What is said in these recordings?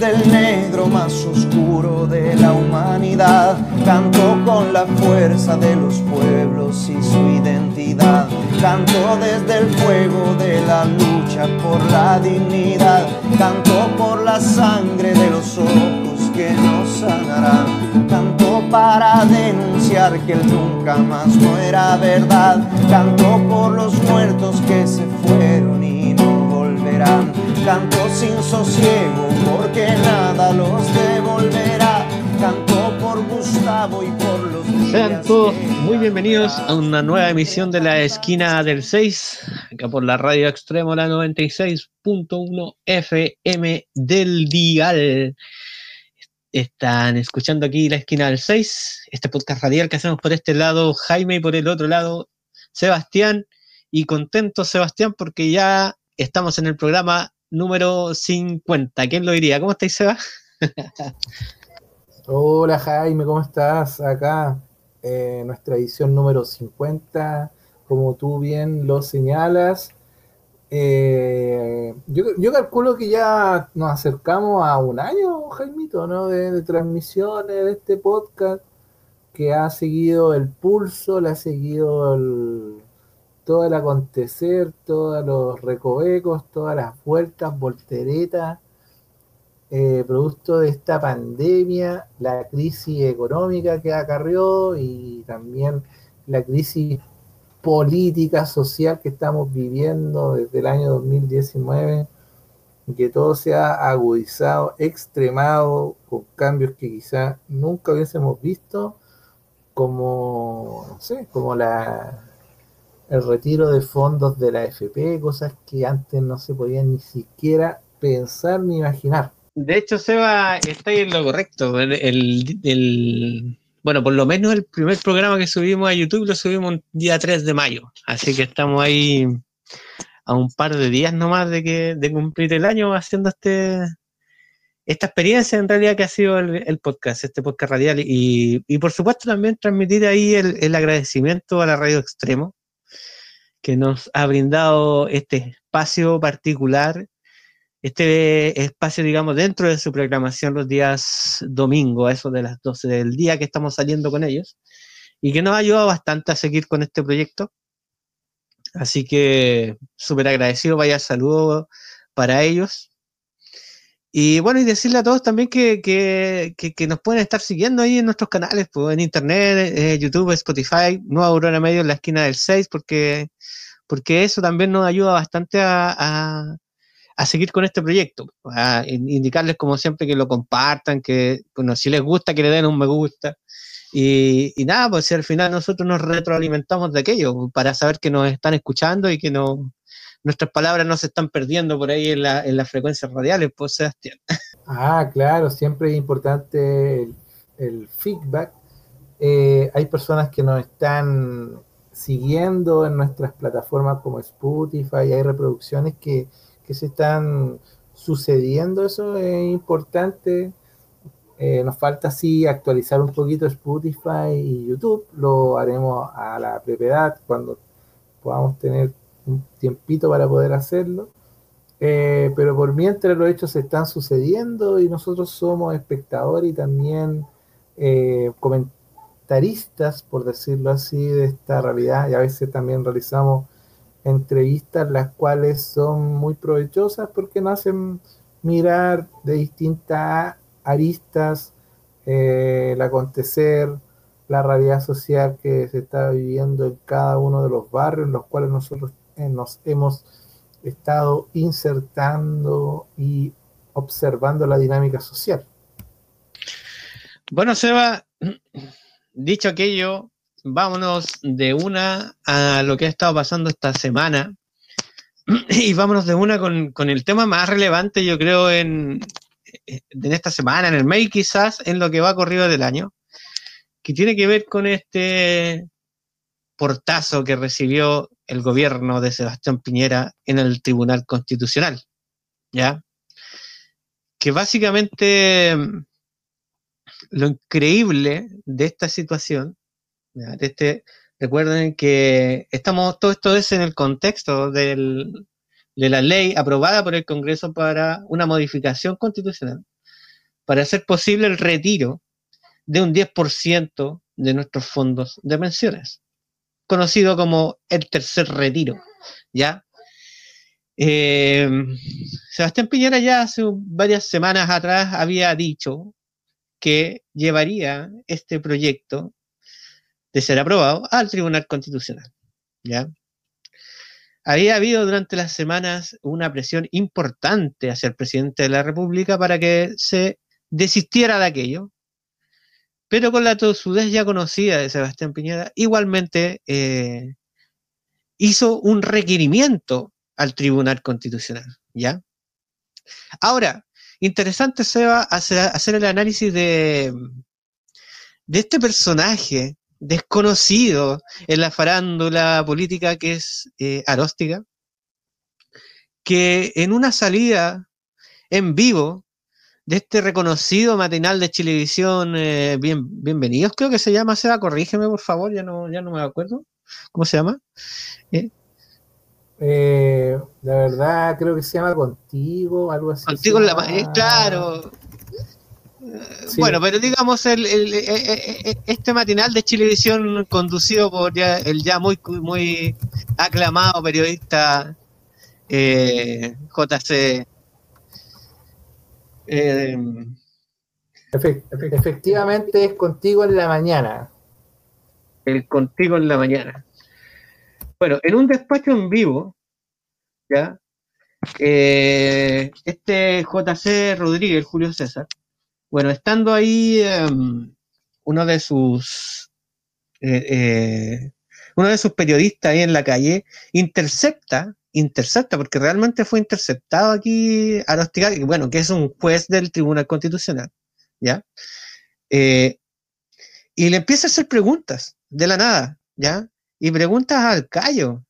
desde el negro más oscuro de la humanidad. Canto con la fuerza de los pueblos y su identidad. Canto desde el fuego de la lucha por la dignidad. Canto por la sangre de los ojos que nos sanarán. Canto para denunciar que el nunca más no era verdad. Canto por los muertos que se fueron y no volverán. Canto sin sosiego porque nada los devolverá. Canto por Gustavo y por los días. Sean todos muy bienvenidos a una nueva emisión de la Esquina del 6, acá por la Radio Extremo, la 96.1 FM del dial. Están escuchando aquí la Esquina del 6, este podcast radial que hacemos por este lado Jaime y por el otro lado Sebastián. Y contento, Sebastián, porque ya estamos en el programa número 50. ¿Quién lo diría? ¿Cómo estáis, Seba? Hola Jaime, ¿cómo estás? Acá, nuestra edición número 50, como tú bien lo señalas. Yo calculo que ya nos acercamos a un año, Jaimito, ¿no? De transmisiones de este podcast, que ha seguido el pulso, le ha seguido todo el acontecer, todos los recovecos, todas las vueltas, volteretas, producto de esta pandemia, la crisis económica que acarrió y también la crisis política, social que estamos viviendo desde el año 2019, que todo se ha agudizado, extremado, con cambios que quizá nunca hubiésemos visto, como, no sé, como el retiro de fondos de la AFP, cosas que antes no se podían ni siquiera pensar ni imaginar. De hecho, Seba, está en lo correcto. Bueno, por lo menos el primer programa que subimos a YouTube lo subimos el día 3 de mayo. Así que estamos ahí a un par de días nomás de cumplir el año haciendo esta experiencia en realidad que ha sido el podcast, este podcast radial. Y por supuesto también transmitir ahí el agradecimiento a la Radio Extremo, que nos ha brindado este espacio particular, este espacio, digamos, dentro de su programación los días domingo, a eso de las 12 del día que estamos saliendo con ellos, y que nos ha ayudado bastante a seguir con este proyecto. Así que súper agradecido, vaya saludo para ellos. Y bueno, y decirle a todos también que nos pueden estar siguiendo ahí en nuestros canales, pues, en internet, YouTube, Spotify, Nueva Aurora Medio en la Esquina del 6, porque eso también nos ayuda bastante a seguir con este proyecto, a indicarles como siempre que lo compartan, que bueno, si les gusta que le den un me gusta y nada, pues si al final nosotros nos retroalimentamos de aquello para saber que nos están escuchando y que nuestras palabras no se están perdiendo por ahí en las frecuencias radiales, pues Sebastián. Claro, siempre es importante el feedback. Hay personas que nos están siguiendo en nuestras plataformas como Spotify, hay reproducciones que se están sucediendo, eso es importante. Nos falta sí actualizar un poquito Spotify y YouTube, lo haremos a la brevedad cuando podamos tener un tiempito para poder hacerlo. Pero por mientras los hechos se están sucediendo y nosotros somos espectadores y también comentaristas, por decirlo así, de esta realidad, y a veces también realizamos entrevistas las cuales son muy provechosas porque nos hacen mirar de distintas aristas el acontecer, la realidad social que se está viviendo en cada uno de los barrios en los cuales nosotros nos hemos estado insertando y observando la dinámica social. Bueno, Seba, dicho aquello, vámonos de una a lo que ha estado pasando esta semana y vámonos de una con el tema más relevante, yo creo, en esta semana, en el mes, quizás en lo que va corrido del año, que tiene que ver con este portazo que recibió el gobierno de Sebastián Piñera en el Tribunal Constitucional, ¿ya? Que básicamente lo increíble de esta situación, ¿ya? Recuerden que todo esto es en el contexto de la ley aprobada por el Congreso para una modificación constitucional para hacer posible el retiro de un 10% de nuestros fondos de pensiones, conocido como el tercer retiro, ¿ya? Sebastián Piñera ya hace varias semanas atrás había dicho que llevaría este proyecto, de ser aprobado, al Tribunal Constitucional, ¿ya? Había habido durante las semanas una presión importante hacia el presidente de la República para que se desistiera de aquello, pero con la tosudez ya conocida de Sebastián Piñera, igualmente hizo un requerimiento al Tribunal Constitucional, ¿ya? Ahora, interesante, Seba, hacer el análisis de este personaje desconocido en la farándula política que es Aróstiga, que en una salida en vivo de este reconocido matinal de Chilevisión, Bienvenidos, creo que se llama, Seba, corrígeme por favor, ya no me acuerdo, ¿cómo se llama? La verdad creo que se llama Contigo, algo así. Contigo en la claro. Sí. Bueno, pero digamos este matinal de Chilevisión conducido por el ya muy aclamado periodista JC. Efectivamente es Contigo en la mañana. El Contigo en la mañana. Bueno, en un despacho en vivo, ¿ya? Este JC Rodríguez, Julio César, bueno, estando ahí uno de sus periodistas ahí en la calle, intercepta, porque realmente fue interceptado aquí Aróstiga, bueno, que es un juez del Tribunal Constitucional, ¿ya? Y le empieza a hacer preguntas de la nada, ¿ya? Y preguntas al callo.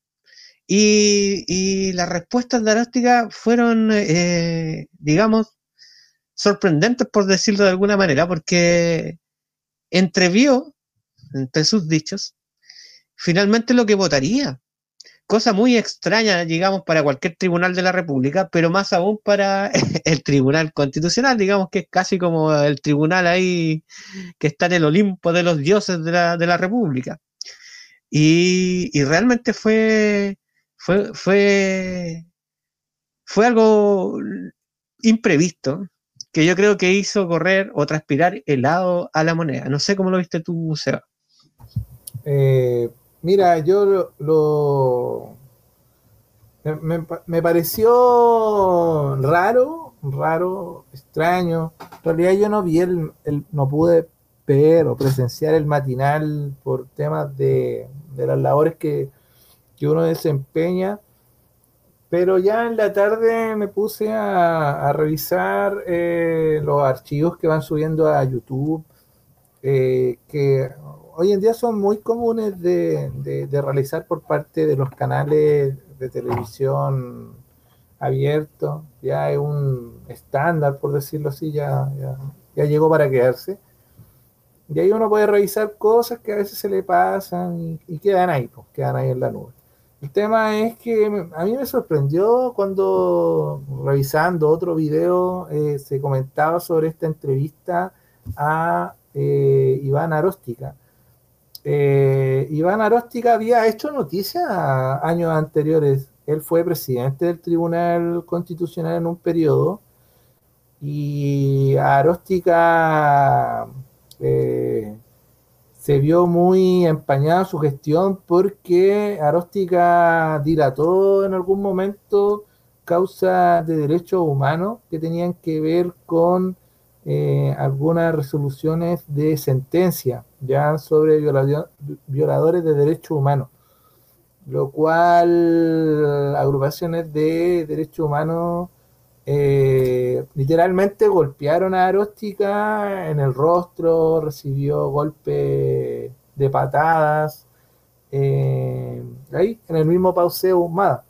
Y las respuestas de Aróstiga fueron, digamos, sorprendentes, por decirlo de alguna manera, porque entrevió, entre sus dichos, finalmente lo que votaría. Cosa muy extraña, digamos, para cualquier tribunal de la República, pero más aún para el Tribunal Constitucional, digamos que es casi como el tribunal ahí que está en el Olimpo de los dioses de la República. Y realmente fue algo imprevisto, que yo creo que hizo correr o transpirar helado a la moneda. No sé cómo lo viste tú, Seba. Mira, yo me pareció raro, extraño. En realidad yo no vi no pude ver o presenciar el matinal por temas de las labores que uno desempeña, pero ya en la tarde me puse a revisar los archivos que van subiendo a YouTube, que hoy en día son muy comunes de realizar por parte de los canales de televisión abiertos. Ya es un estándar, por decirlo así, ya llegó para quedarse. Y ahí uno puede revisar cosas que a veces se le pasan y quedan ahí, pues, quedan ahí en la nube. El tema es que a mí me sorprendió cuando, revisando otro video, se comentaba sobre esta entrevista a Iván Aróstica. Iván Aróstica había hecho noticia años anteriores. Él fue presidente del Tribunal Constitucional en un periodo, y a Aróstica se vio muy empañada su gestión, porque Aróstica dilató en algún momento causas de derechos humanos que tenían que ver con algunas resoluciones de sentencia ya sobre violadores de derechos humanos, lo cual agrupaciones de derechos humanos literalmente golpearon a Aróstica en el rostro, recibió golpes de patadas ahí en el mismo Paseo Humada.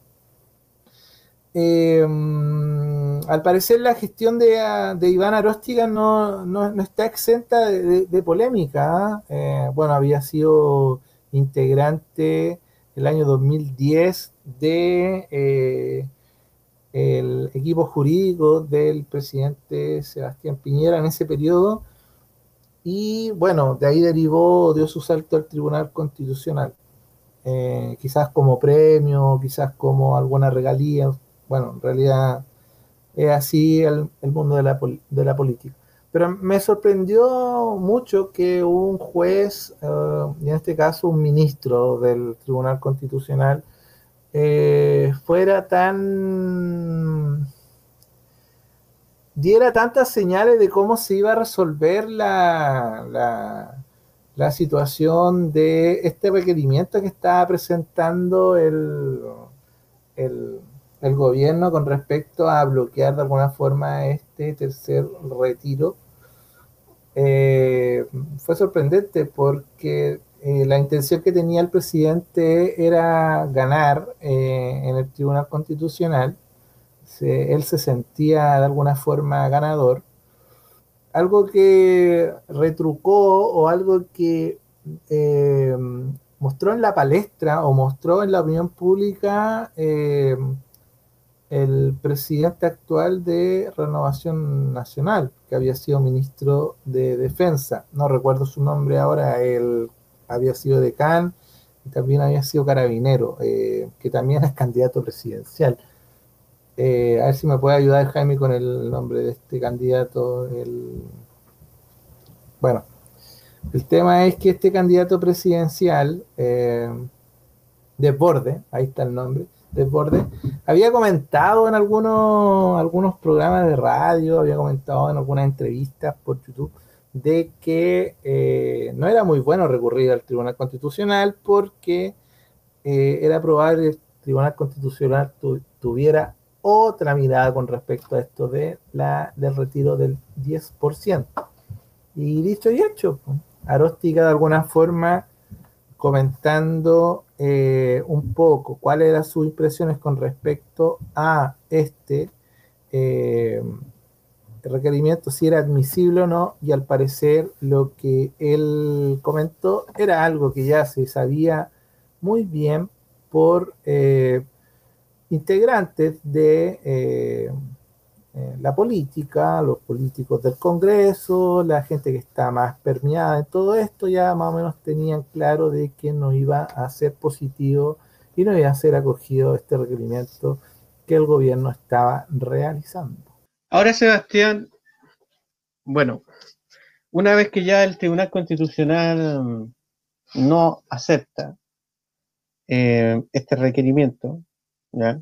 Al parecer la gestión de Iván Aróstica no está exenta de polémica. Bueno, había sido integrante el año 2010 el equipo jurídico del presidente Sebastián Piñera en ese periodo, y bueno, de ahí dio su salto al Tribunal Constitucional, quizás como premio, quizás como alguna regalía. Bueno, en realidad es así el mundo de la política. Pero me sorprendió mucho que un juez, y en este caso un ministro del Tribunal Constitucional, fuera tan diera tantas señales de cómo se iba a resolver la situación de este requerimiento que estaba presentando el, el gobierno con respecto a bloquear de alguna forma este tercer retiro. Fue sorprendente porque la intención que tenía el presidente era ganar en el Tribunal Constitucional. Él se sentía de alguna forma ganador, algo que retrucó o algo que eh, mostró en la palestra o mostró en la opinión pública el presidente actual de Renovación Nacional, que había sido ministro de Defensa. No recuerdo su nombre ahora. Él había sido decán y también había sido carabinero, que también es candidato presidencial. A ver si me puede ayudar Jaime con el nombre de este candidato. Bueno, el tema es que este candidato presidencial, Desborde, ahí está el nombre, Desborde, había comentado en algunos programas de radio, había comentado en algunas entrevistas por YouTube, de que no era muy bueno recurrir al Tribunal Constitucional porque era probable que el Tribunal Constitucional tuviera otra mirada con respecto a esto del retiro del 10%. Y dicho y hecho, Aróstica de alguna forma comentando un poco cuáles eran sus impresiones con respecto a este requerimiento, si era admisible o no, y al parecer lo que él comentó era algo que ya se sabía muy bien por integrantes de la política, los políticos del Congreso, la gente que está más permeada en todo esto, ya más o menos tenían claro de que no iba a ser positivo y no iba a ser acogido este requerimiento que el gobierno estaba realizando. Ahora, Sebastián, bueno, una vez que ya el Tribunal Constitucional no acepta este requerimiento, ¿ya?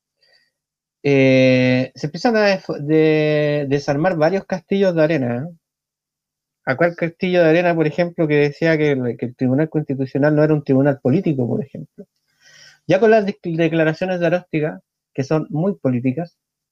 Se empiezan a desarmar varios castillos de arena, ¿eh? ¿A cuál castillo de arena, por ejemplo, que decía que el Tribunal Constitucional no era un tribunal político, por ejemplo? Ya con las declaraciones de Aróstica, que son muy políticas,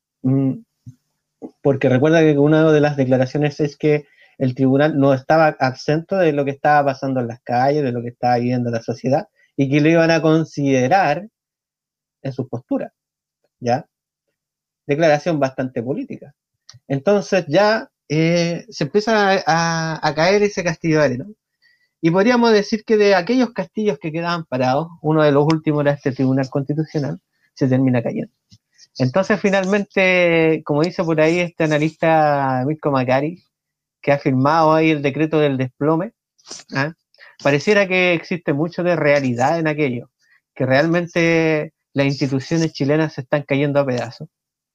porque recuerda que una de las declaraciones es que el tribunal no estaba absento de lo que estaba pasando en las calles, de lo que estaba viviendo la sociedad, y que lo iban a considerar en sus posturas, ¿ya? Declaración bastante política. Entonces ya se empieza a caer ese castillo de arena. Y podríamos decir que de aquellos castillos que quedaban parados, uno de los últimos era este Tribunal Constitucional, se termina cayendo. Entonces finalmente, como dice por ahí este analista Mirko Macari, que ha firmado ahí el decreto del desplome, ¿eh? Pareciera que existe mucho de realidad en aquello, que realmente las instituciones chilenas se están cayendo a pedazos.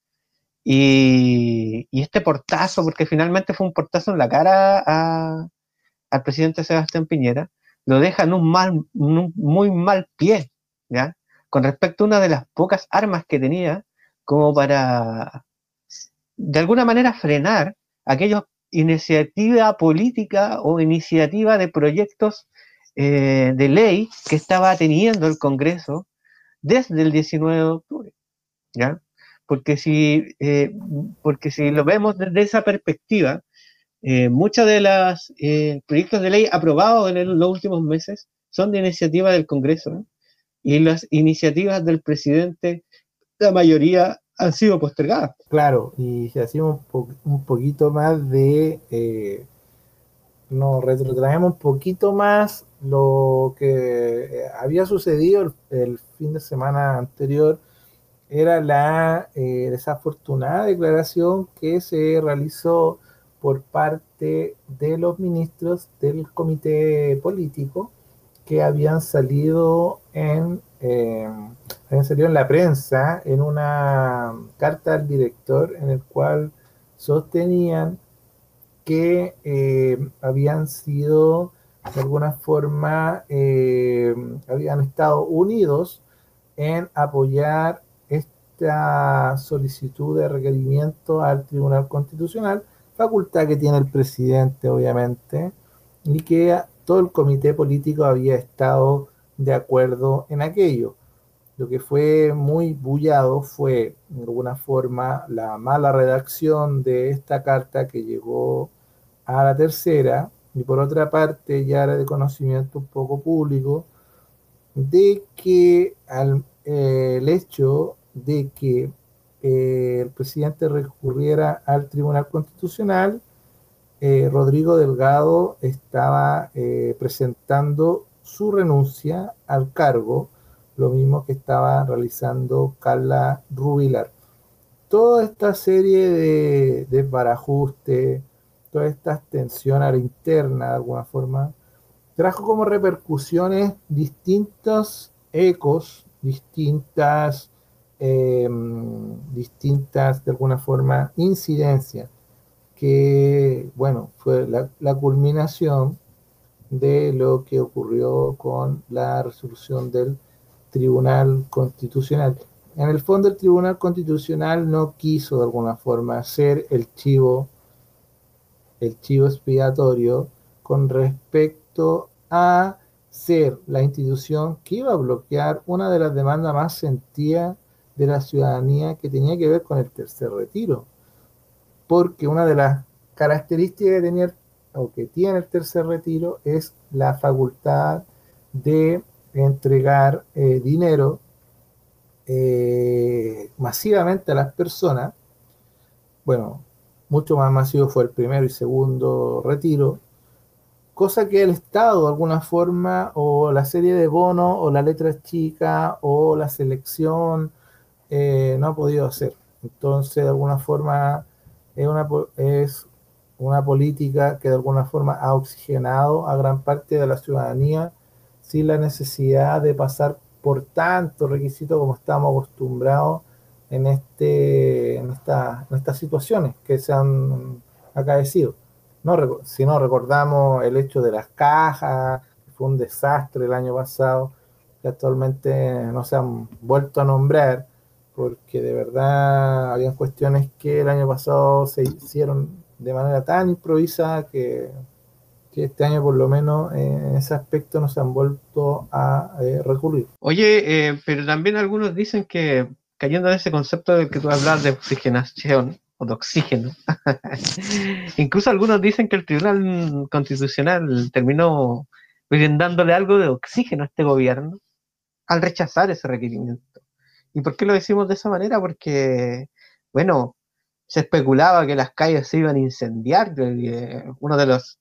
Y este portazo, porque finalmente fue un portazo en la cara al presidente Sebastián Piñera, lo deja en un muy mal pie, ¿ya? Con respecto a una de las pocas armas que tenía como para, de alguna manera, frenar aquellas iniciativa política o iniciativa de proyectos de ley que estaba teniendo el Congreso desde el 19 de octubre, ¿ya? Porque si lo vemos desde esa perspectiva, muchos de los proyectos de ley aprobados en los últimos meses son de iniciativa del Congreso, ¿no? Y las iniciativas del presidente, la mayoría han sido postergadas. Claro, y si hacemos un poquito más nos retrotraemos un poquito más lo que había sucedido el fin de semana anterior era la desafortunada declaración que se realizó por parte de los ministros del comité político que habían salido en la prensa en una carta al director en el cual sostenían que habían sido de alguna forma habían estado unidos en apoyar esta solicitud de requerimiento al Tribunal Constitucional, facultad que tiene el presidente, obviamente, y que todo el comité político había estado de acuerdo en aquello. Lo que fue muy bullado fue, de alguna forma, la mala redacción de esta carta que llegó a la tercera, y por otra parte, ya era de conocimiento un poco público, de que el hecho de que el presidente recurriera al Tribunal Constitucional, Rodrigo Delgado estaba presentando su renuncia al cargo, lo mismo que estaba realizando Carla Rubilar. Toda esta serie de desbarajuste, todas estas tensiones a la interna, de alguna forma, trajo como repercusiones distintos ecos, distintas de alguna forma incidencias, que bueno, fue la culminación de lo que ocurrió con la resolución del Tribunal Constitucional. En el fondo el Tribunal Constitucional no quiso de alguna forma ser el chivo expiatorio con respecto a ser la institución que iba a bloquear una de las demandas más sentidas de la ciudadanía, que tenía que ver con el tercer retiro. Porque una de las características que tenía o que tiene el tercer retiro es la facultad de entregar dinero masivamente a las personas. Bueno, mucho más masivo fue el primero y segundo retiro, cosa que el Estado de alguna forma, o la serie de bonos, o la letra chica, o la selección, no ha podido hacer. Entonces, de alguna forma, es una política que de alguna forma ha oxigenado a gran parte de la ciudadanía sin la necesidad de pasar por tantos requisitos como estamos acostumbrados en estas situaciones que se han acaecido. Si no recordamos el hecho de las cajas, que fue un desastre el año pasado, que actualmente no se han vuelto a nombrar, porque de verdad habían cuestiones que el año pasado se hicieron de manera tan improvisada que este año por lo menos en ese aspecto no se han vuelto a recurrir. Oye, pero también algunos dicen que, cayendo en ese concepto del que tú hablas de oxigenación o de oxígeno, incluso algunos dicen que el Tribunal Constitucional terminó brindándole algo de oxígeno a este gobierno al rechazar ese requerimiento. ¿Y por qué lo decimos de esa manera? Porque, bueno, se especulaba que las calles se iban a incendiar. Uno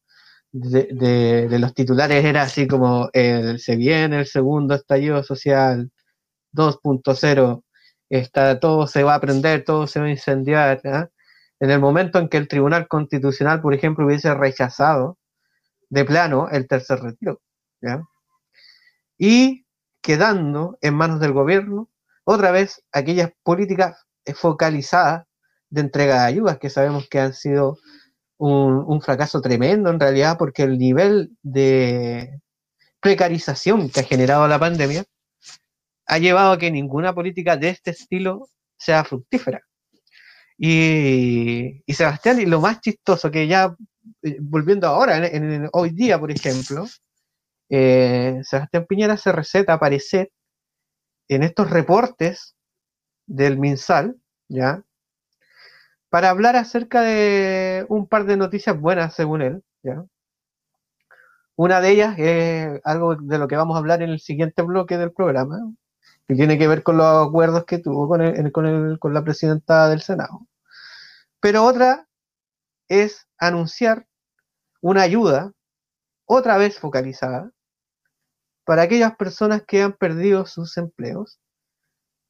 de los titulares era así como se viene el segundo estallido social 2.0, todo se va a prender, todo se va a incendiar, ¿eh? En el momento en que el Tribunal Constitucional, por ejemplo, hubiese rechazado de plano el tercer retiro, ¿ya? Y quedando en manos del gobierno otra vez aquellas políticas focalizadas de entrega de ayudas, que sabemos que han sido un fracaso tremendo en realidad, porque el nivel de precarización que ha generado la pandemia ha llevado a que ninguna política de este estilo sea fructífera. Y Sebastián, y lo más chistoso que ya, volviendo ahora, hoy día, por ejemplo, Sebastián Piñera se receta aparecer en estos reportes del MinSal, ¿ya? Para hablar acerca de un par de noticias buenas, según él, ¿ya? Una de ellas es algo de lo que vamos a hablar en el siguiente bloque del programa, que tiene que ver con los acuerdos que tuvo con la presidenta del Senado. Pero otra es anunciar una ayuda, otra vez focalizada, para aquellas personas que han perdido sus empleos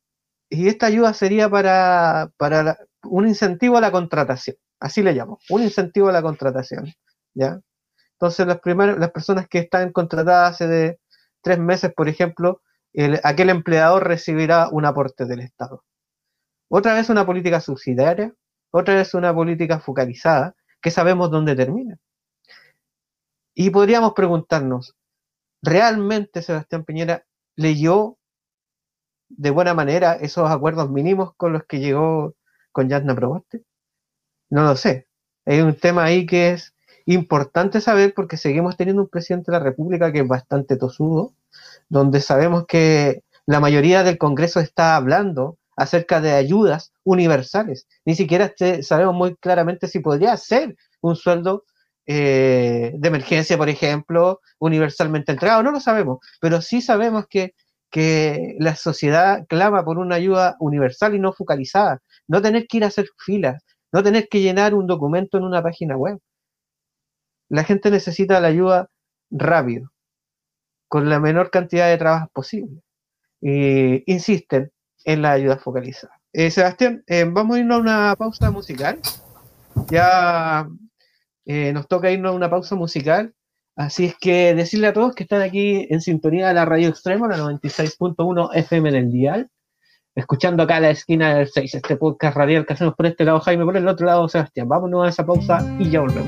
Y esta ayuda sería para un incentivo a la contratación, así le llamo, un incentivo a la contratación, ¿ya? Entonces las personas que están contratadas hace de 3 meses, por ejemplo, aquel empleador recibirá un aporte del Estado. Otra vez una política subsidiaria, otra vez una política focalizada, que sabemos dónde termina. Y podríamos preguntarnos, ¿realmente Sebastián Piñera leyó de buena manera esos acuerdos mínimos con los que llegó con Jasna Proboste? No lo sé. Hay un tema ahí que es importante saber porque seguimos teniendo un presidente de la República que es bastante tosudo, donde sabemos que la mayoría del Congreso está hablando acerca de ayudas universales. Ni siquiera sabemos muy claramente si podría ser un sueldo de emergencia, por ejemplo, universalmente entregado. No lo sabemos, pero sí sabemos que la sociedad clama por una ayuda universal y no focalizada. No tener que ir a hacer filas, no tener que llenar un documento en una página web. La gente necesita la ayuda rápido, con la menor cantidad de trabajos posible. Insisten en la ayuda focalizada. Sebastián, vamos a irnos a una pausa musical. Ya nos toca irnos a una pausa musical. Así es que decirle a todos que están aquí en sintonía de la Radio Extremo, la 96.1 FM del dial, escuchando acá a la esquina del 6, este podcast radial que hacemos por este lado Jaime, por el otro lado Sebastián. Vámonos a esa pausa y ya volvemos.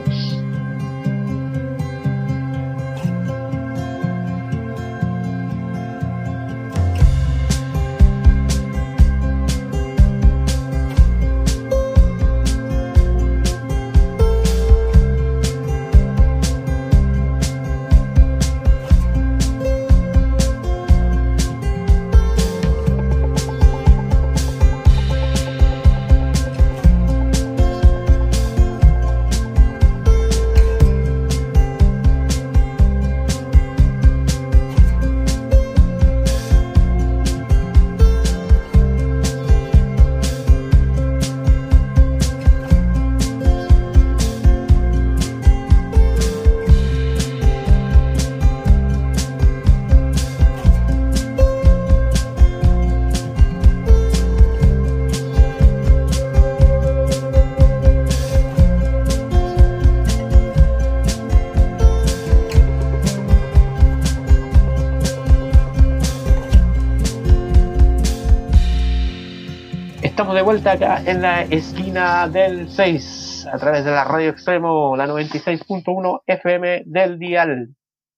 Estamos de vuelta acá en la esquina del 6 a través de la Radio Extremo, la 96.1 FM del dial.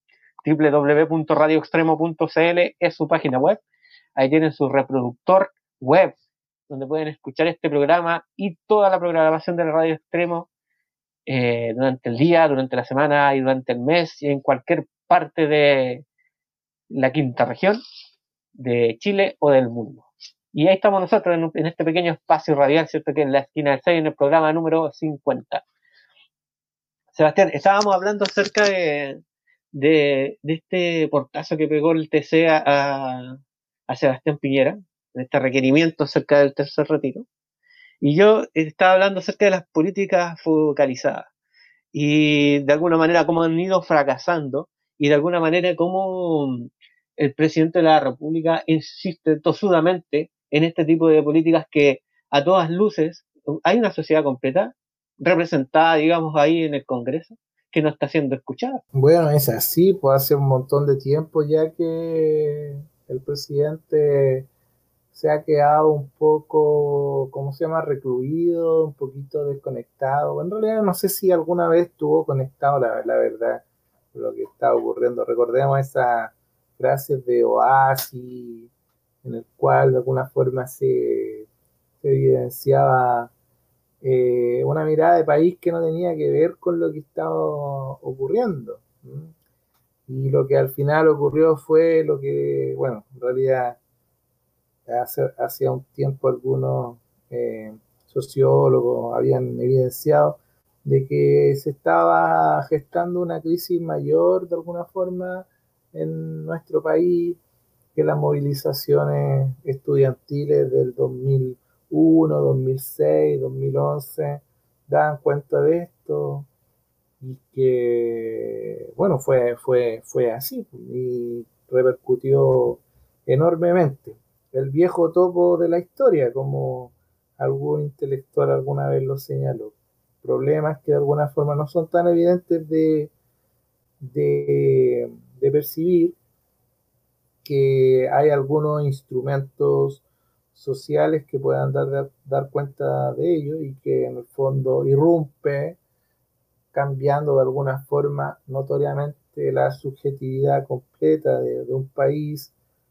www.radioextremo.cl es su página web. Ahí tienen su reproductor web donde pueden escuchar este programa y toda la programación de la Radio Extremo durante el día, durante la semana y durante el mes y en cualquier parte de la quinta región de Chile o del mundo. Y ahí estamos nosotros en este pequeño espacio radial, ¿cierto? Que es la esquina del 6 en el programa número 50. Sebastián, estábamos hablando acerca de este portazo que pegó el TC a Sebastián Piñera, de este requerimiento acerca del tercer retiro. Y yo estaba hablando acerca de las políticas focalizadas y de alguna manera cómo han ido fracasando y de alguna manera cómo el presidente de la República insiste tosudamente en este tipo de políticas que a todas luces hay una sociedad completa representada, digamos, ahí en el Congreso que no está siendo escuchada. Bueno, es así, pues hace un montón de tiempo ya que el presidente se ha quedado un poco, ¿cómo se llama?, recluido, un poquito desconectado. En realidad no sé si alguna vez estuvo conectado, la verdad, con lo que está ocurriendo. Recordemos esas frases de Oasis, en el cual de alguna forma se evidenciaba una mirada de país que no tenía que ver con lo que estaba ocurriendo. Y lo que al final ocurrió fue lo que, bueno, en realidad hacía un tiempo algunos sociólogos habían evidenciado de que se estaba gestando una crisis mayor de alguna forma en nuestro país, que las movilizaciones estudiantiles del 2001, 2006, 2011 daban cuenta de esto y que, bueno, fue así y repercutió enormemente. el viejo topo de la historia, como algún intelectual alguna vez lo señaló. Problemas que de alguna forma no son tan evidentes de percibir, que hay algunos instrumentos sociales que puedan dar cuenta de ello y que en el fondo irrumpe cambiando de alguna forma notoriamente la subjetividad completa de un país,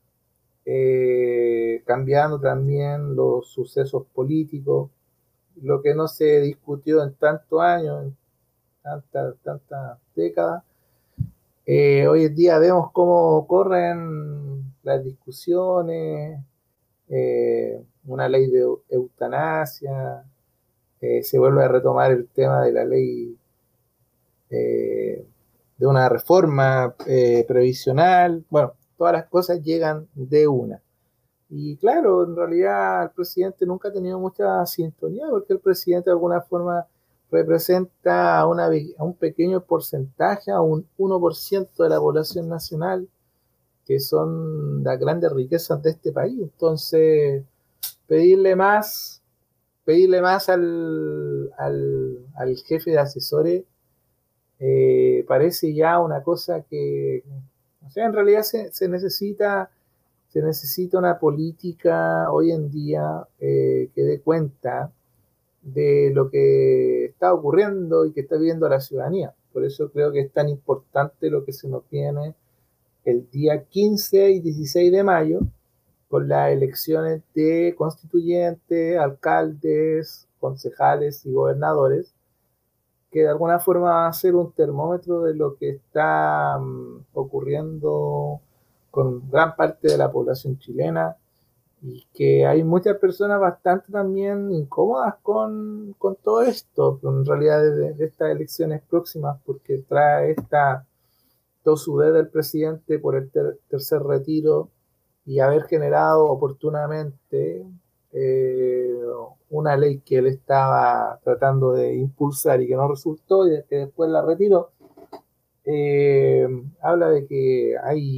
cambiando también los sucesos políticos, lo que no se discutió en tantos años, en tantas décadas. Hoy en día vemos cómo corren las discusiones, una ley de eutanasia, se vuelve a retomar el tema de la ley de una reforma previsional. Bueno, todas las cosas llegan de una. Y claro, en realidad el presidente nunca ha tenido mucha sintonía, porque el presidente de alguna forma representa a un pequeño porcentaje, a un 1% de la población nacional, que son las grandes riquezas de este país. Entonces, pedirle más, pedirle más al jefe de asesores parece ya una cosa que, o sea, en realidad se necesita una política hoy en día que dé cuenta de lo que está ocurriendo y que está viviendo la ciudadanía. Por eso creo que es tan importante lo que se nos viene el día 15 y 16 de mayo, con las elecciones de constituyentes, alcaldes, concejales y gobernadores, que de alguna forma va a ser un termómetro de lo que está ocurriendo con gran parte de la población chilena, y que hay muchas personas bastante también incómodas con todo esto, en realidad de estas elecciones próximas, porque trae esta tosudez del presidente por el tercer retiro y haber generado oportunamente eh, una ley que él estaba tratando de impulsar y que no resultó y que después la retiró. Habla de que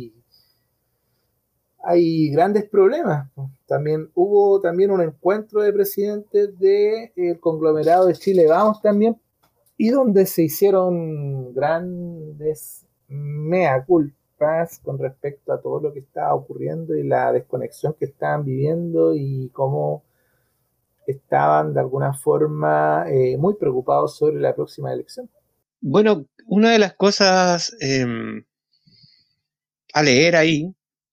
hay grandes problemas. También hubo también un encuentro de presidentes del conglomerado de Chile Vamos también, y donde se hicieron grandes mea culpas con respecto a todo lo que estaba ocurriendo y la desconexión que estaban viviendo y cómo estaban de alguna forma muy preocupados sobre la próxima elección. Bueno, una de las cosas a leer ahí,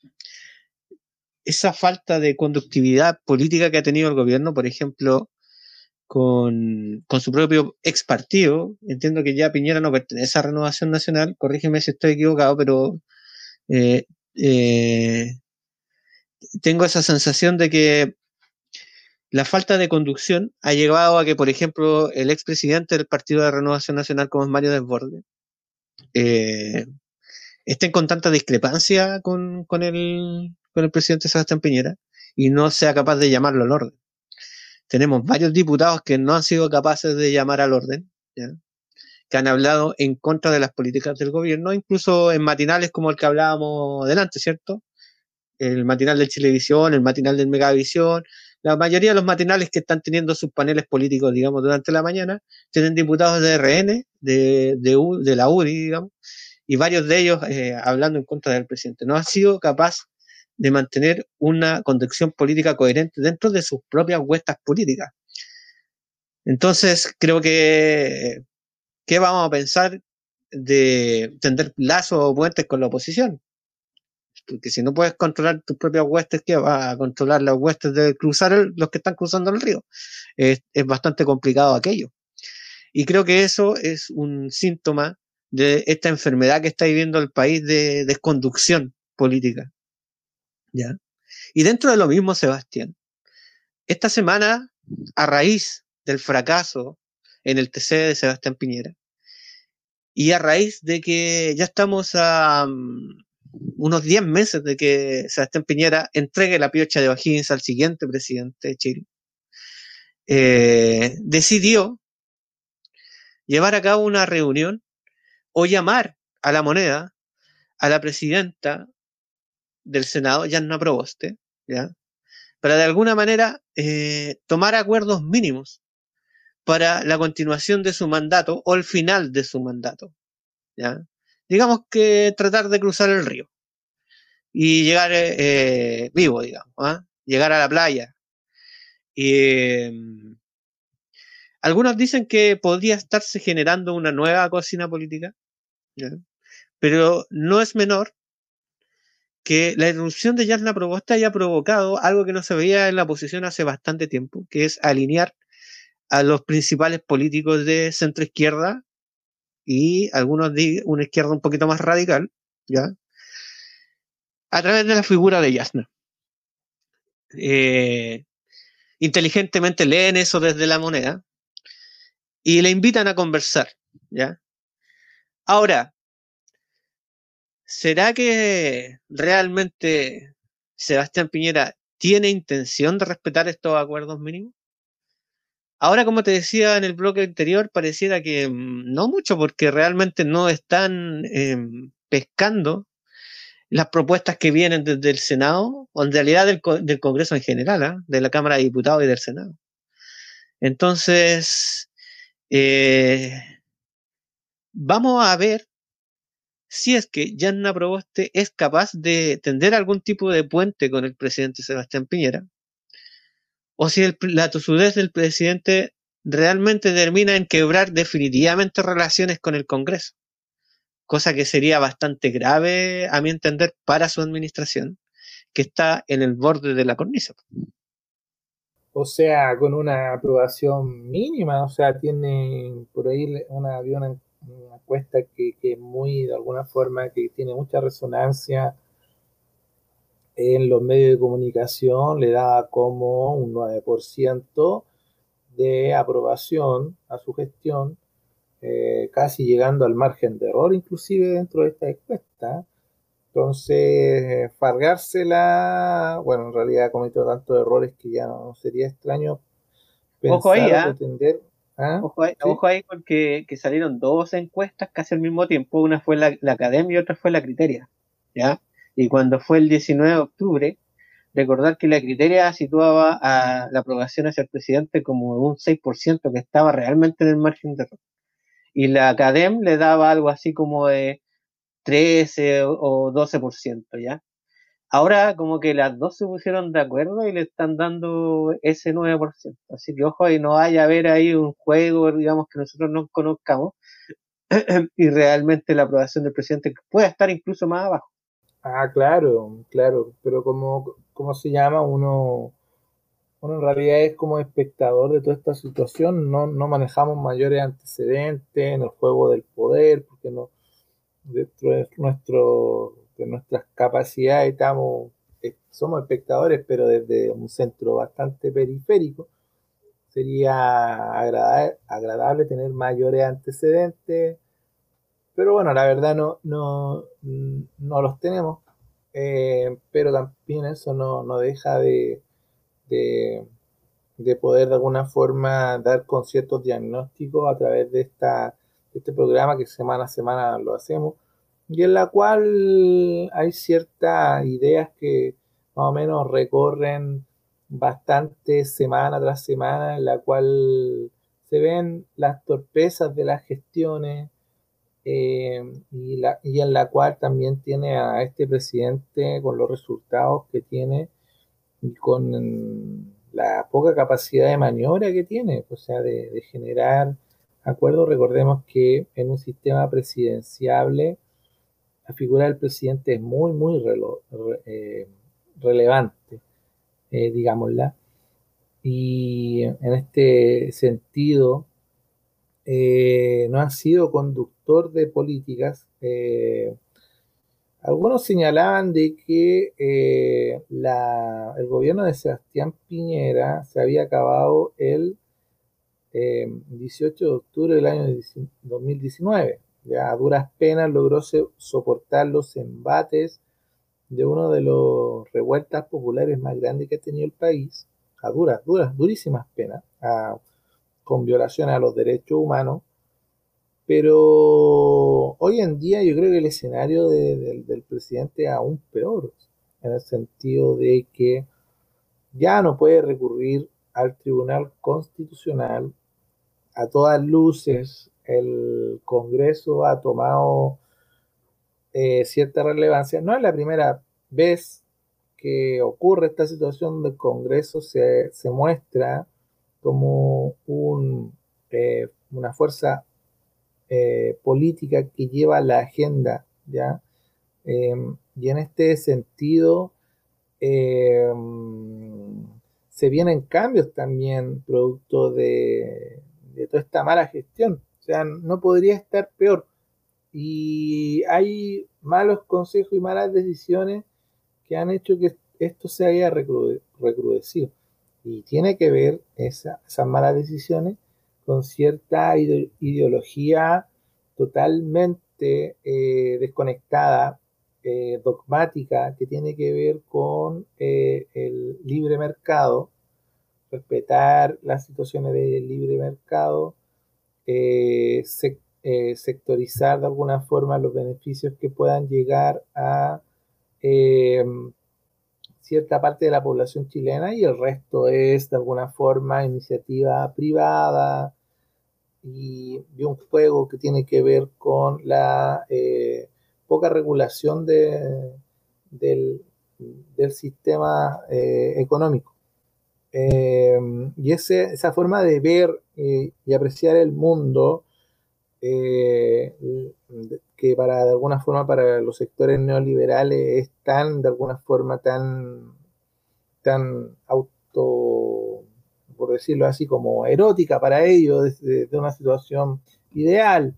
esa falta de conductividad política que ha tenido el gobierno, por ejemplo, con su propio ex partido. Entiendo que ya Piñera no pertenece a Renovación Nacional, corrígeme si estoy equivocado, pero eh, eh, tengo esa sensación de que la falta de conducción ha llevado a que, por ejemplo, el expresidente del Partido de Renovación Nacional, como es Mario Desbordes, eh, estén con tanta discrepancia con el presidente Sebastián Piñera y no sea capaz de llamarlo al orden. Tenemos varios diputados que no han sido capaces de llamar al orden, ¿ya? Que han hablado en contra de las políticas del gobierno, incluso en matinales como el que hablábamos delante, ¿cierto? El matinal del Chilevisión, el matinal del Megavisión, la mayoría de los matinales que están teniendo sus paneles políticos, digamos, durante la mañana, tienen diputados de RN, de la UDI, digamos, y varios de ellos hablando en contra del presidente. No ha sido capaz de mantener una conducción política coherente dentro de sus propias huestas políticas. Entonces, creo que ¿qué vamos a pensar de tender lazos o puentes con la oposición? Porque si no puedes controlar tus propias huestes, ¿qué vas a controlar las huestes de los que están cruzando el río? Es bastante complicado aquello. Y creo que eso es un síntoma de esta enfermedad que está viviendo el país de desconducción política, ¿ya? Y dentro de lo mismo, Sebastián, esta semana, a raíz del fracaso en el TC de Sebastián Piñera, y a raíz de que ya estamos a unos 10 meses de que Sebastián Piñera entregue la piocha de O'Higgins al siguiente presidente de Chile, decidió llevar a cabo una reunión o llamar a la moneda a la presidenta del Senado, Yanna Proboste, ¿ya? para de alguna manera tomar acuerdos mínimos para la continuación de su mandato o el final de su mandato, ¿ya? Digamos que tratar de cruzar el río y llegar vivo, digamos, ¿ah? Llegar a la playa. Y, algunos dicen que podría estarse generando una nueva cocina política, ¿ya? Pero no es menor que la irrupción de Jasna Proboste haya provocado algo que no se veía en la oposición hace bastante tiempo, que es alinear a los principales políticos de centro izquierda y algunos de una izquierda un poquito más radical, ¿ya? A través de la figura de Jasna. Inteligentemente leen eso desde la moneda y le invitan a conversar, ¿ya? Ahora, ¿será que realmente Sebastián Piñera tiene intención de respetar estos acuerdos mínimos? Ahora, como te decía en el bloque anterior, pareciera que no mucho, porque realmente no están pescando las propuestas que vienen desde el Senado, o en realidad del Congreso en general, ¿eh? De la Cámara de Diputados y del Senado. Entonces, eh, vamos a ver si es que Jasna Proboste es capaz de tender algún tipo de puente con el presidente Sebastián Piñera, o si la tosudez del presidente realmente termina en quebrar definitivamente relaciones con el Congreso, cosa que sería bastante grave, a mi entender, para su administración, que está en el borde de la cornisa. O sea, con una aprobación mínima, o sea, tiene por ahí había una encuesta que muy, de alguna forma, que tiene mucha resonancia en los medios de comunicación, le da como un 9% de aprobación a su gestión, casi llegando al margen de error inclusive dentro de esta encuesta. Entonces, fargársela, bueno, en realidad ha cometido tantos errores que ya no sería extraño Ojo ahí, pensar o pretender. ¿Ah? ¿Sí? ojo ahí porque que salieron dos encuestas casi al mismo tiempo, una fue la Academia y otra fue la Criteria, ¿ya? Y cuando fue el 19 de octubre, recordar que la Criteria situaba a la aprobación hacia el presidente como un 6% que estaba realmente en el margen de error. Y la Academ le daba algo así como de 13 o 12%, ¿ya? Ahora como que las dos se pusieron de acuerdo y le están dando ese 9%. Así que ojo, y no vaya a haber ahí un juego, digamos, que nosotros no conozcamos y realmente la aprobación del presidente pueda estar incluso más abajo. Ah, claro, claro, pero ¿cómo se llama? Uno en realidad es como espectador de toda esta situación, no manejamos mayores antecedentes en el juego del poder, porque no, dentro de nuestras capacidades somos espectadores, pero desde un centro bastante periférico. Sería agradable tener mayores antecedentes, pero bueno, la verdad no los tenemos, pero también eso no deja de, de poder de alguna forma dar con ciertos diagnósticos a través de este programa que semana a semana lo hacemos, y en la cual hay ciertas ideas que más o menos recorren bastante semana tras semana, en la cual se ven las torpezas de las gestiones, y en la cual también tiene a este presidente con los resultados que tiene y con la poca capacidad de maniobra que tiene, o sea, de generar acuerdos. Recordemos que en un sistema presidenciable la figura del presidente es muy relevante, digámosla. Y en este sentido, no ha sido conductor de políticas. Algunos señalaban de que el gobierno de Sebastián Piñera se había acabado el 18 de octubre del año 2019. Ya a duras penas logró soportar los embates de uno de los revueltas populares más grandes que ha tenido el país, a durísimas penas, con violaciones a los derechos humanos. Pero hoy en día yo creo que el escenario del presidente es aún peor, en el sentido de que ya no puede recurrir al Tribunal Constitucional. A todas luces, el Congreso ha tomado cierta relevancia. No es la primera vez que ocurre esta situación donde el Congreso se muestra como una fuerza política que lleva la agenda, ¿ya? Y en este sentido se vienen cambios también producto de toda esta mala gestión. O sea, no podría estar peor. Y hay malos consejos y malas decisiones que han hecho que esto se haya recrudecido. Y tiene que ver esas malas decisiones con cierta ideología totalmente desconectada, dogmática, que tiene que ver con el libre mercado, respetar las situaciones del libre mercado, sectorizar de alguna forma los beneficios que puedan llegar a cierta parte de la población chilena, y el resto es de alguna forma iniciativa privada y un juego que tiene que ver con la poca regulación del sistema económico. Y esa forma de ver y apreciar el mundo, que de alguna forma para los sectores neoliberales es de alguna forma tan por decirlo así, como erótica para ellos, de una situación ideal.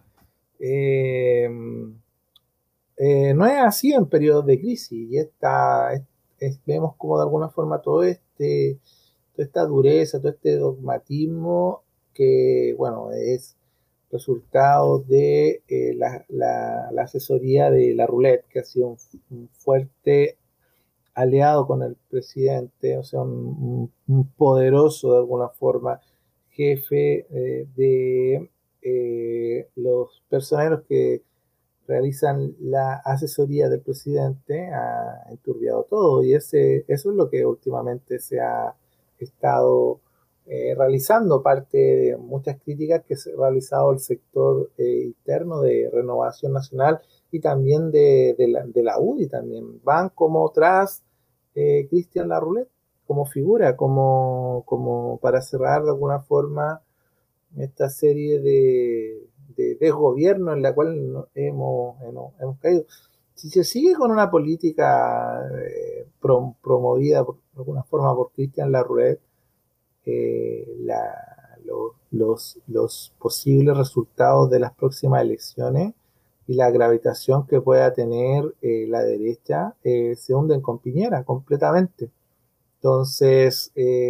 No es así en periodos de crisis, y vemos como de alguna forma toda esta dureza, todo este dogmatismo que, bueno, es resultado de la asesoría de la Roulette, que ha sido un fuerte aliado con el presidente, o sea, un poderoso de alguna forma jefe de los personeros que realizan la asesoría del presidente. Ha enturbiado todo, y eso es lo que últimamente se ha estado realizando, parte de muchas críticas que se ha realizado el sector interno de Renovación Nacional y también de la UDI. También van como tras Cristian Larroulet como figura, como para cerrar de alguna forma esta serie de desgobierno en la cual hemos caído. Si se sigue con una política promovida de alguna forma por Cristian Larroulet, los posibles resultados de las próximas elecciones y la gravitación que pueda tener la derecha se hunden con Piñera completamente. Entonces,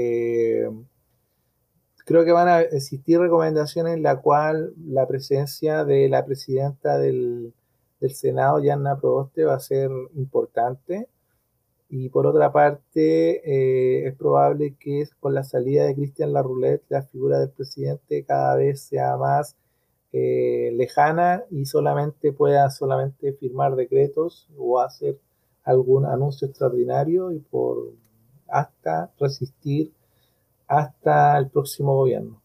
creo que van a existir recomendaciones en la cual la presencia de la presidenta del Senado, Yanna Proboste, va a ser importante. Y por otra parte, es probable que con la salida de Cristian Larroulet la figura del presidente cada vez sea más lejana y pueda solamente firmar decretos o hacer algún anuncio extraordinario y hasta resistir hasta el próximo gobierno.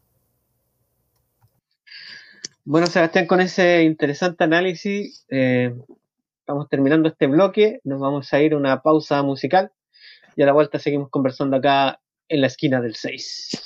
Bueno, Sebastián, con ese interesante análisis estamos terminando este bloque. Nos vamos a ir a una pausa musical y a la vuelta seguimos conversando acá en la esquina del 6.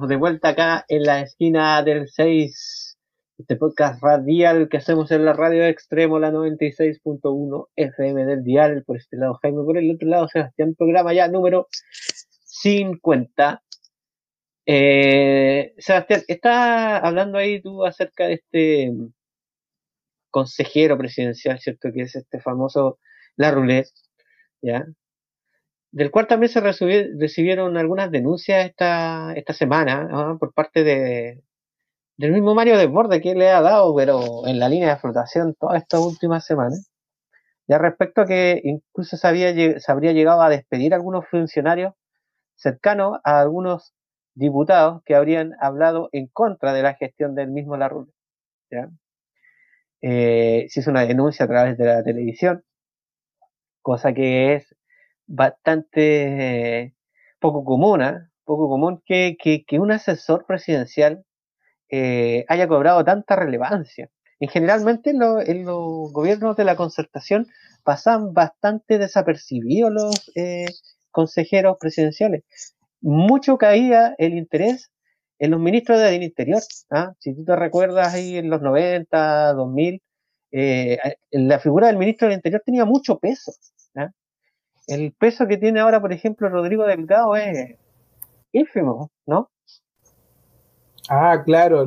estamos de vuelta acá en la esquina del 6, este podcast radial que hacemos en la radio Extremo, la 96.1 FM del dial. Por este lado Jaime, por el otro lado Sebastián, programa ya número 50. Sebastián, está hablando ahí tú acerca de este consejero presidencial, ¿cierto? Que es este famoso Larroulet, ¿ya? Del cual también se recibieron algunas denuncias esta semana, ¿no? Por parte del mismo Mario Desbordes, que le ha dado, pero en la línea de flotación todas estas últimas semanas. Ya respecto a que incluso se habría llegado a despedir a algunos funcionarios cercanos a algunos diputados que habrían hablado en contra de la gestión del mismo Larroulet, ¿ya? Se hizo una denuncia a través de la televisión, cosa que es bastante poco común, ¿eh? Poco común que un asesor presidencial haya cobrado tanta relevancia. Y generalmente en los gobiernos de la concertación pasan bastante desapercibidos los consejeros presidenciales. Mucho caía el interés en los ministros del Interior. ¿Ah? Si tú te recuerdas ahí en los 90, 2000, la figura del ministro del Interior tenía mucho peso. ¿Ah? El peso que tiene ahora, por ejemplo, Rodrigo Delgado es ínfimo, ¿no? Ah, claro,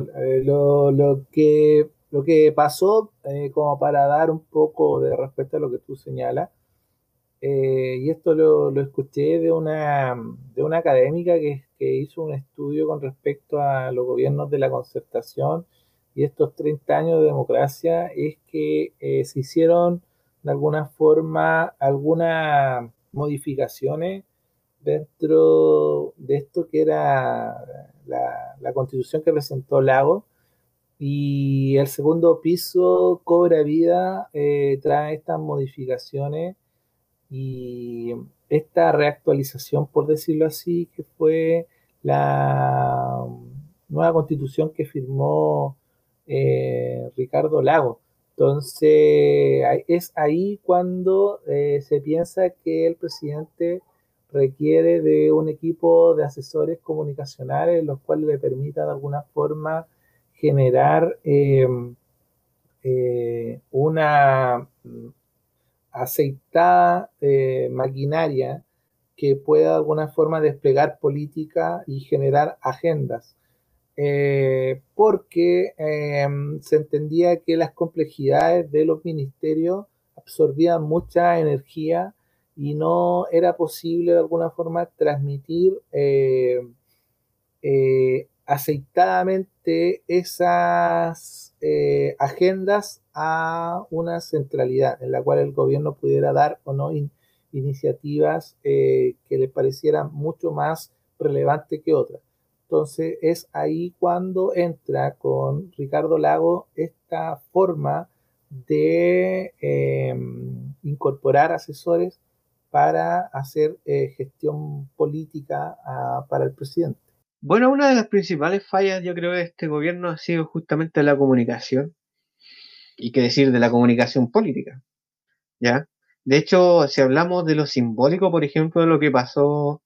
lo que pasó, como para dar un poco de respeto a lo que tú señalas, y esto lo escuché de una académica que hizo un estudio con respecto a los gobiernos de la concertación y estos 30 años de democracia, es que se hicieron de alguna forma algunas modificaciones dentro de esto que era la constitución que presentó Lago, y el segundo piso cobra vida, trae estas modificaciones y esta reactualización, por decirlo así, que fue la nueva constitución que firmó Ricardo Lago. Entonces, es ahí cuando se piensa que el presidente requiere de un equipo de asesores comunicacionales, los cuales le permita de alguna forma generar una aceitada maquinaria que pueda de alguna forma desplegar política y generar agendas. Porque se entendía que las complejidades de los ministerios absorbían mucha energía y no era posible de alguna forma transmitir aceitadamente esas agendas a una centralidad en la cual el gobierno pudiera dar o no iniciativas que le parecieran mucho más relevantes que otras. Entonces es ahí cuando entra con Ricardo Lago esta forma de incorporar asesores para hacer gestión política para el presidente. Bueno, una de las principales fallas, yo creo, de este gobierno ha sido justamente la comunicación, y qué decir de la comunicación política, ¿ya? De hecho, si hablamos de lo simbólico, por ejemplo, de lo que pasó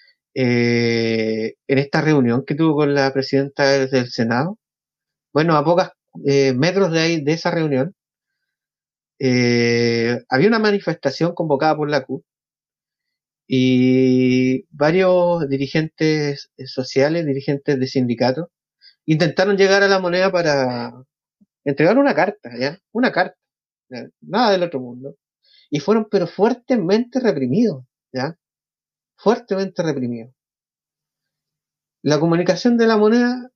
en esta reunión que tuvo con la presidenta del Senado, bueno, a pocos metros de ahí, de esa reunión, había una manifestación convocada por la CUT, y varios dirigentes sociales, dirigentes de sindicatos, intentaron llegar a la Moneda para entregar una carta, ¿ya? Una carta, ¿ya? Nada del otro mundo. Y fueron, pero fuertemente reprimidos, ¿ya? Fuertemente reprimidos. La comunicación de la Moneda,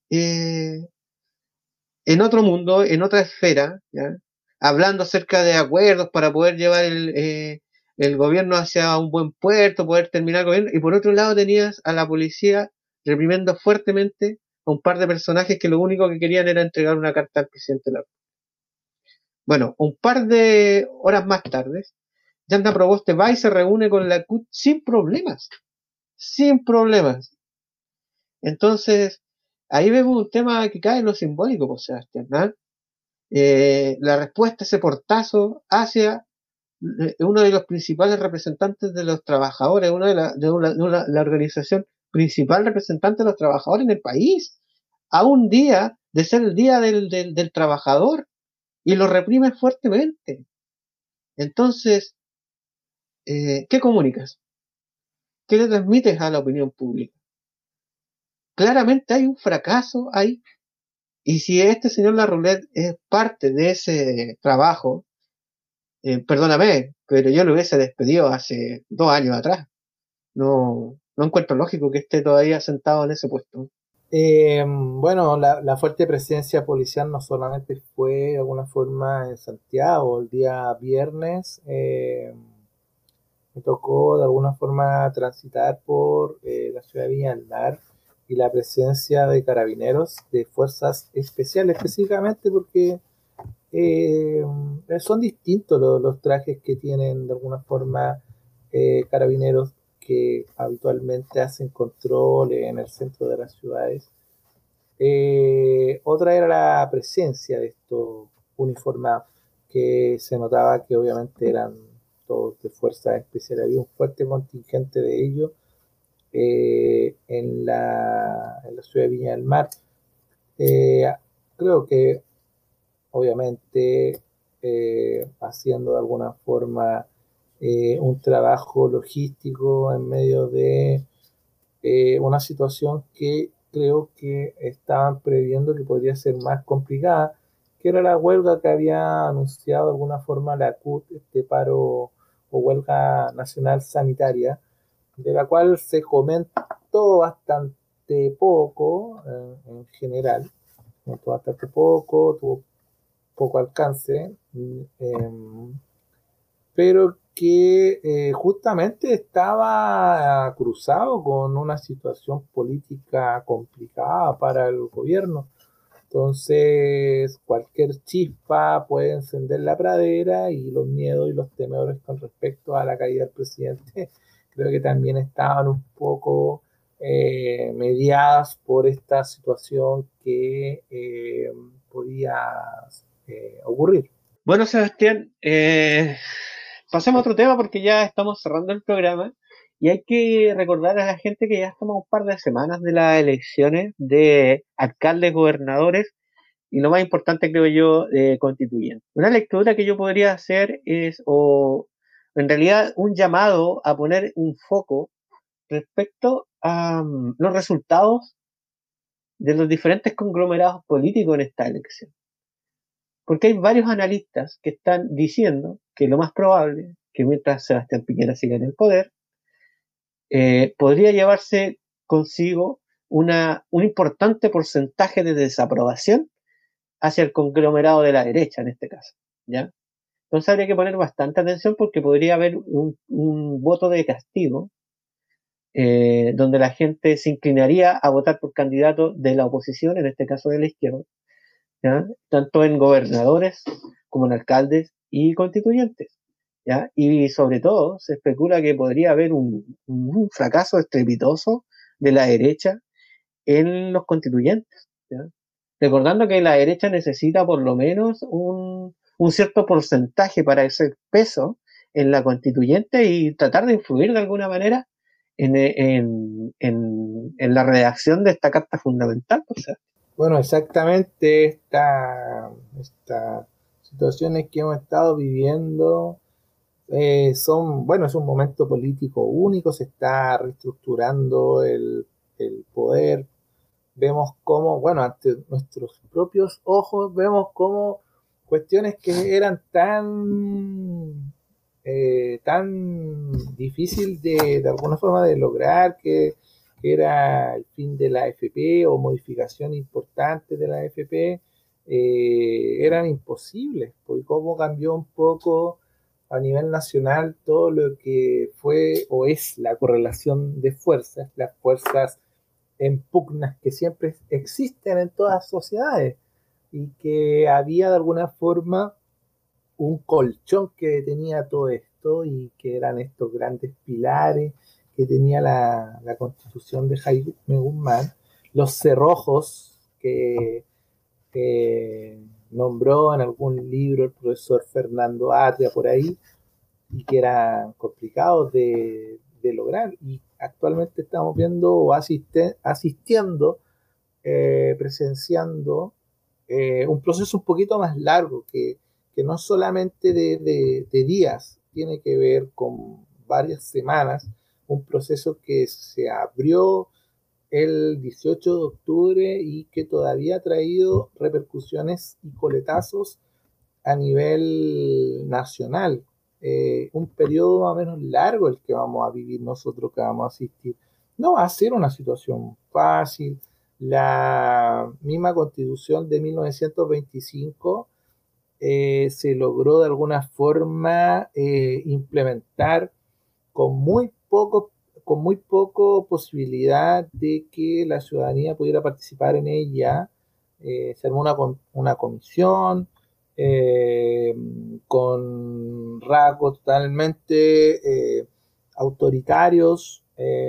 en otro mundo, en otra esfera, ¿ya? Hablando acerca de acuerdos para poder llevar el gobierno hacia un buen puerto, poder terminar el gobierno, y por otro lado tenías a la policía reprimiendo fuertemente a un par de personajes que lo único que querían era entregar una carta al presidente de la República. Bueno, un par de horas más tarde, Yanda Proboste va y se reúne con la CUT sin problemas, sin problemas. Entonces, ahí vemos un tema que cae en lo simbólico, pues, Sebastián, ¿no? La respuesta, ese portazo hacia uno de los principales representantes de los trabajadores, la organización principal representante de los trabajadores en el país, a un día de ser el día del trabajador, y lo reprime fuertemente. Entonces, ¿qué comunicas? ¿Qué le transmites a la opinión pública? Claramente hay un fracaso ahí. Y si este señor Larroulet es parte de ese trabajo, perdóname, pero yo lo hubiese despedido hace 2 años atrás. No encuentro lógico que esté todavía sentado en ese puesto. Bueno, la fuerte presencia policial no solamente fue de alguna forma en Santiago. El día viernes me tocó de alguna forma transitar por la ciudad de Viña del Mar, y la presencia de carabineros, de fuerzas especiales específicamente, porque eh, son distintos los trajes que tienen de alguna forma carabineros que habitualmente hacen control en el centro de las ciudades. Otra era la presencia de estos uniformados, que se notaba que obviamente eran todos de fuerza especial. Había un fuerte contingente de ellos en la ciudad de Viña del Mar. Eh, Creo que obviamente haciendo de alguna forma un trabajo logístico en medio de una situación que creo que estaban previendo que podría ser más complicada, que era la huelga que había anunciado de alguna forma la CUT, este paro o huelga nacional sanitaria, de la cual se comentó bastante poco en general, comentó bastante poco, tuvo poco alcance, pero que justamente estaba cruzado con una situación política complicada para el gobierno. Entonces, cualquier chispa puede encender la pradera, y los miedos y los temores con respecto a la caída del presidente creo que también estaban un poco mediadas por esta situación que podía ocurrir. Bueno, Sebastián, pasemos a otro tema porque ya estamos cerrando el programa y hay que recordar a la gente que ya estamos a un par de semanas de las elecciones de alcaldes, gobernadores y lo más importante creo yo, constituyentes. Una lectura que yo podría hacer es, o en realidad un llamado a poner un foco respecto a los resultados de los diferentes conglomerados políticos en esta elección. Porque hay varios analistas que están diciendo que lo más probable, que mientras Sebastián Piñera siga en el poder, podría llevarse consigo un importante porcentaje de desaprobación hacia el conglomerado de la derecha en este caso, ¿ya? Entonces habría que poner bastante atención porque podría haber un voto de castigo donde la gente se inclinaría a votar por candidatos de la oposición, en este caso de la izquierda, ¿ya? Tanto en gobernadores como en alcaldes y constituyentes, ¿ya? Y sobre todo se especula que podría haber un fracaso estrepitoso de la derecha en los constituyentes, ¿ya? Recordando que la derecha necesita por lo menos un cierto porcentaje para ese peso en la constituyente y tratar de influir de alguna manera en la redacción de esta carta fundamental. O sea, Bueno, exactamente estas situaciones que hemos estado viviendo bueno, es un momento político único, se está reestructurando el poder. Vemos cómo, bueno, ante nuestros propios ojos, vemos cómo cuestiones que eran tan difícil de alguna forma de lograr, que era el fin de la AFP o modificación importante de la AFP, eran imposibles, porque cómo cambió un poco a nivel nacional todo lo que fue o es la correlación de fuerzas, las fuerzas en pugnas que siempre existen en todas las sociedades, y que había de alguna forma un colchón que detenía todo esto, y que eran estos grandes pilares que tenía la constitución de Jaime Guzmán, los cerrojos que nombró en algún libro el profesor Fernando Atria por ahí, y que eran complicados de lograr, y actualmente estamos viendo o asistiendo, presenciando un proceso un poquito más largo que no solamente de días, tiene que ver con varias semanas, un proceso que se abrió el 18 de octubre y que todavía ha traído repercusiones y coletazos a nivel nacional. Un periodo más o menos largo el que vamos a vivir nosotros, que vamos a asistir. No va a ser una situación fácil. La misma constitución de 1925 se logró de alguna forma implementar con con muy poco posibilidad de que la ciudadanía pudiera participar en ella. Se armó una comisión eh, con rasgos totalmente autoritarios,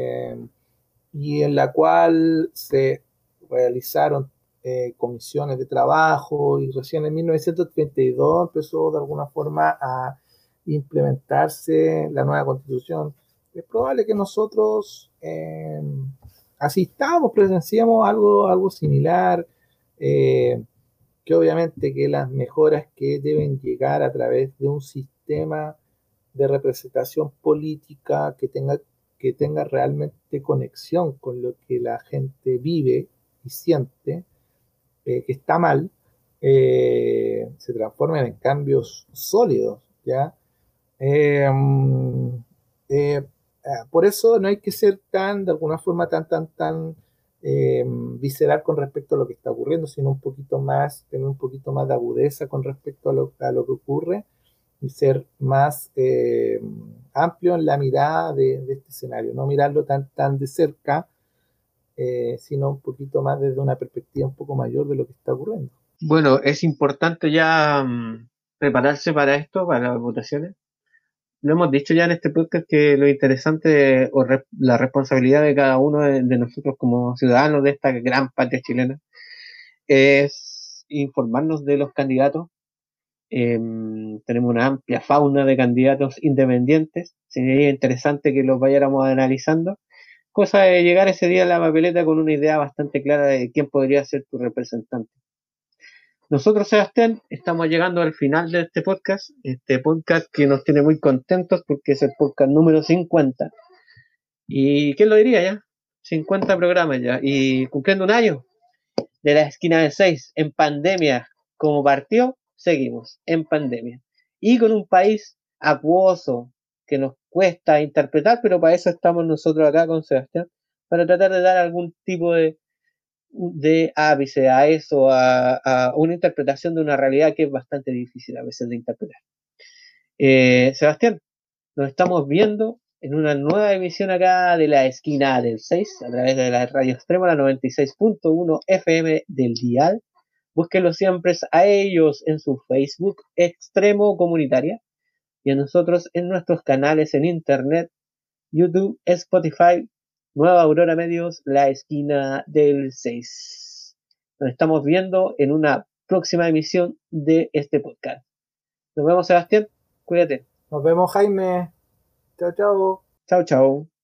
y en la cual se realizaron comisiones de trabajo, y recién en 1932 empezó de alguna forma a implementarse la nueva constitución. Es probable que nosotros asistamos, presenciamos algo similar, eh, que obviamente que las mejoras que deben llegar a través de un sistema de representación política que tenga realmente conexión con lo que la gente vive y siente, que está mal, se transformen en cambios sólidos, ¿ya? Eh, eh, por eso no hay que ser de alguna forma, tan visceral con respecto a lo que está ocurriendo, sino un poquito más, tener un poquito más de agudeza con respecto a lo que ocurre y ser más amplio en la mirada de este escenario, no mirarlo tan de cerca, sino un poquito más desde una perspectiva un poco mayor de lo que está ocurriendo. Bueno, es importante ya prepararse para esto, para las votaciones. Lo hemos dicho ya en este podcast que lo interesante la responsabilidad de cada uno de nosotros como ciudadanos de esta gran patria chilena es informarnos de los candidatos. Tenemos una amplia fauna de candidatos independientes. Sería interesante que los vayáramos analizando. Cosa de llegar ese día a la papeleta con una idea bastante clara de quién podría ser tu representante. Nosotros, Sebastián, estamos llegando al final de este podcast que nos tiene muy contentos porque es el podcast número 50. ¿Y quién lo diría ya? 50 programas ya. Y cumpliendo un año de la esquina de 6 en pandemia. Como partió, seguimos en pandemia. Y con un país acuoso que nos cuesta interpretar, pero para eso estamos nosotros acá con Sebastián, para tratar de dar algún tipo de ápice a eso, a una interpretación de una realidad que es bastante difícil a veces de interpretar. Sebastián, nos estamos viendo en una nueva emisión acá de la esquina del 6 a través de la radio extrema, la 96.1 FM del dial. Búsquenlo siempre a ellos en su Facebook Extremo Comunitaria y a nosotros en nuestros canales en internet, YouTube, Spotify, Nueva Aurora Medios, la esquina del 6. Nos estamos viendo en una próxima emisión de este podcast. Nos vemos, Sebastián. Cuídate. Nos vemos, Jaime. Chao, chao. Chao, chao.